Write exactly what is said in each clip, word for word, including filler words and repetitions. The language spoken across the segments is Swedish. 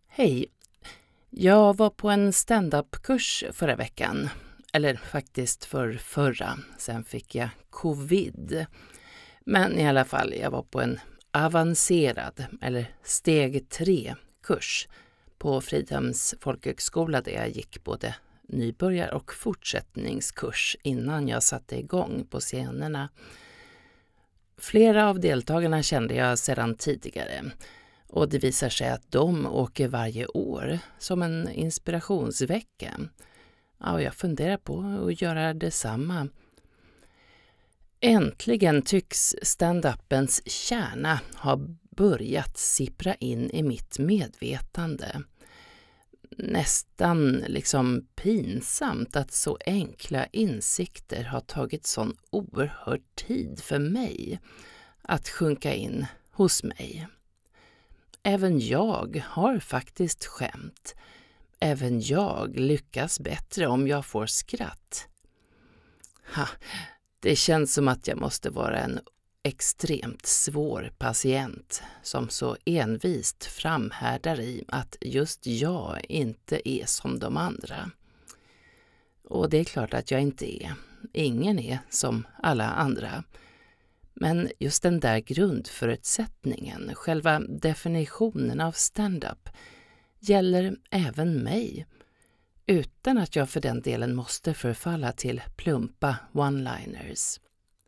Hej, jag var på en stand-up-kurs förra veckan. Eller faktiskt för förra, sen fick jag covid. Men i alla fall, jag var på en avancerad, eller steg tre-kurs på Fridhems folkhögskola där jag gick både nybörjar- och fortsättningskurs innan jag satte igång på scenerna. Flera av deltagarna kände jag sedan tidigare. Och det visar sig att de åker varje år som en inspirationsvecka. Ja, och jag funderar på att göra detsamma. Äntligen tycks stand-upens kärna ha börjat sippra in i mitt medvetande. Nästan liksom pinsamt att så enkla insikter har tagit sån oerhörd tid för mig att sjunka in hos mig. Även jag har faktiskt skämt. Även jag lyckas bättre om jag får skratt. Ha, det känns som att jag måste vara en extremt svår patient som så envist framhärdar i att just jag inte är som de andra. Och det är klart att jag inte är. Ingen är som alla andra. Men just den där grundförutsättningen, själva definitionen av stand-up, gäller även mig. Utan att jag för den delen måste förfalla till plumpa one-liners.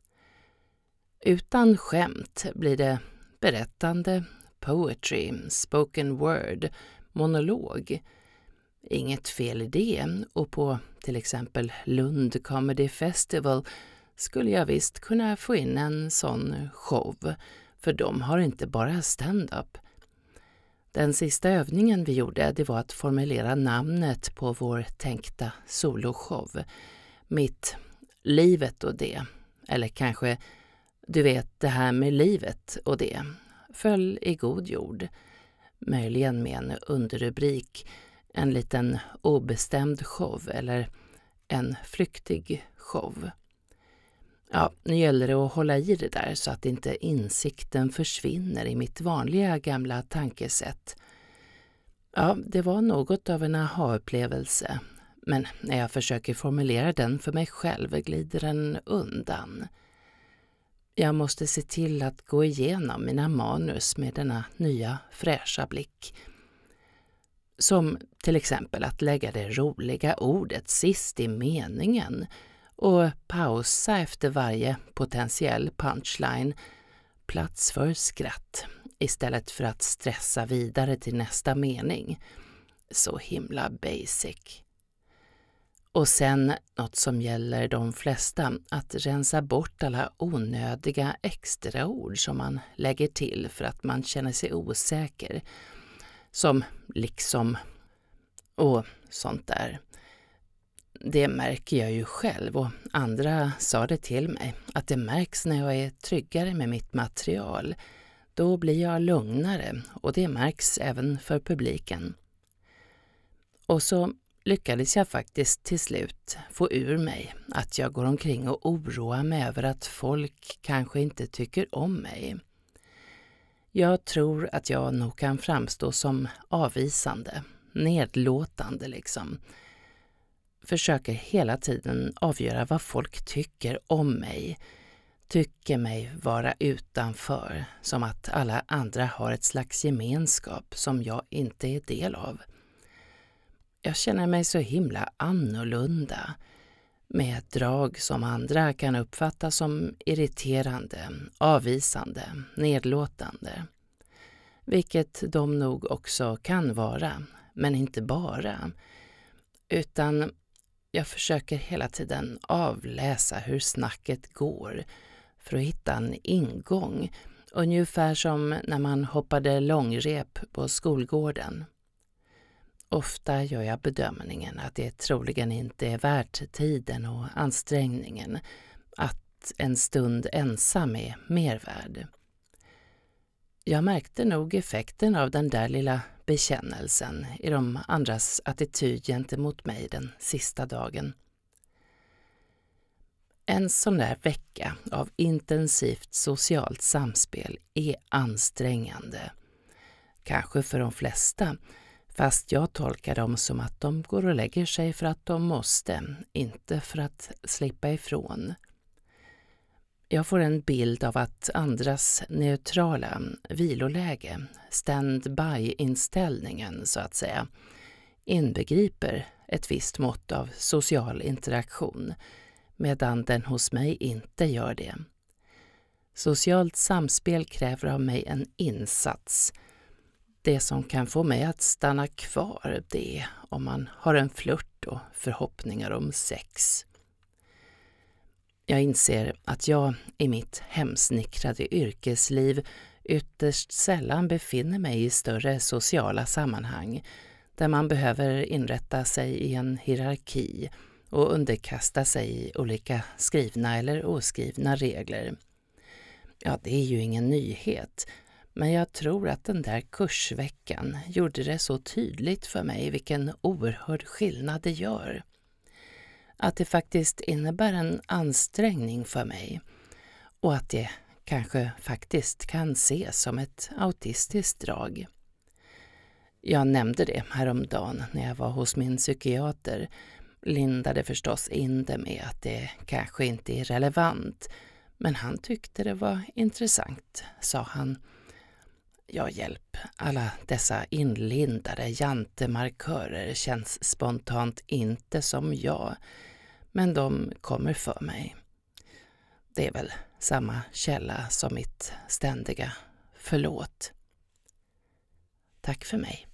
Utan skämt blir det berättande, poetry, spoken word, monolog. Inget fel i det, och på till exempel Lund Comedy Festival skulle jag visst kunna få in en sån show, för de har inte bara stand-up. Den sista övningen vi gjorde, det var att formulera namnet på vår tänkta soloshow. Mitt livet och det, eller kanske du vet det här med livet och det, föll i god jord. Möjligen med en underrubrik, en liten obestämd show eller en flyktig show. Ja, nu gäller det att hålla i det där så att inte insikten försvinner i mitt vanliga gamla tankesätt. Ja, det var något av en aha-upplevelse, men när jag försöker formulera den för mig själv glider den undan. Jag måste se till att gå igenom mina manus med denna nya fräscha blick. Som till exempel att lägga det roliga ordet sist i meningen och pausa efter varje potentiell punchline, plats för skratt istället för att stressa vidare till nästa mening. Så himla basic. Och sen något som gäller de flesta, att rensa bort alla onödiga extraord som man lägger till för att man känner sig osäker. Som liksom och sånt där. Det märker jag ju själv, och andra sa det till mig, att det märks när jag är tryggare med mitt material. Då blir jag lugnare, och det märks även för publiken. Och så lyckades jag faktiskt till slut få ur mig att jag går omkring och oroar mig över att folk kanske inte tycker om mig. Jag tror att jag nog kan framstå som avvisande, nedlåtande liksom. Försöker hela tiden avgöra vad folk tycker om mig. Tycker mig vara utanför, som att alla andra har ett slags gemenskap som jag inte är del av. Jag känner mig så himla annorlunda, med drag som andra kan uppfatta som irriterande, avvisande, nedlåtande. Vilket de nog också kan vara, men inte bara. Utan jag försöker hela tiden avläsa hur snacket går för att hitta en ingång, ungefär som när man hoppade långrep på skolgården. Ofta gör jag bedömningen att det troligen inte är värt tiden och ansträngningen, att en stund ensam är mer värd. Jag märkte nog effekten av den där lilla bekännelsen i de andras attityd gentemot mig den sista dagen. En sån där vecka av intensivt socialt samspel är ansträngande. Kanske för de flesta, Fast jag tolkar dem som att de går och lägger sig för att de måste, inte för att slippa ifrån. Jag får en bild av att andras neutrala viloläge, stand-by-inställningen så att säga, inbegriper ett visst mått av social interaktion, medan den hos mig inte gör det. Socialt samspel kräver av mig en insats. Det som kan få mig att stanna kvar, det om man har en flört och förhoppningar om sex. Jag inser att jag i mitt hemsnickrade yrkesliv ytterst sällan befinner mig i större sociala sammanhang där man behöver inrätta sig i en hierarki och underkasta sig olika skrivna eller oskrivna regler. Ja, det är ju ingen nyhet, men jag tror att den där kursveckan gjorde det så tydligt för mig vilken oerhörd skillnad det gör. Att det faktiskt innebär en ansträngning för mig och att det kanske faktiskt kan ses som ett autistiskt drag. Jag nämnde det häromdagen när jag var hos min psykiater, lindade förstås in det med att det kanske inte är relevant, men han tyckte det var intressant, sa han. Ja, hjälp, alla dessa inlindade jantemarkörer känns spontant inte som jag, men de kommer för mig. Det är väl samma källa som mitt ständiga förlåt. Tack för mig.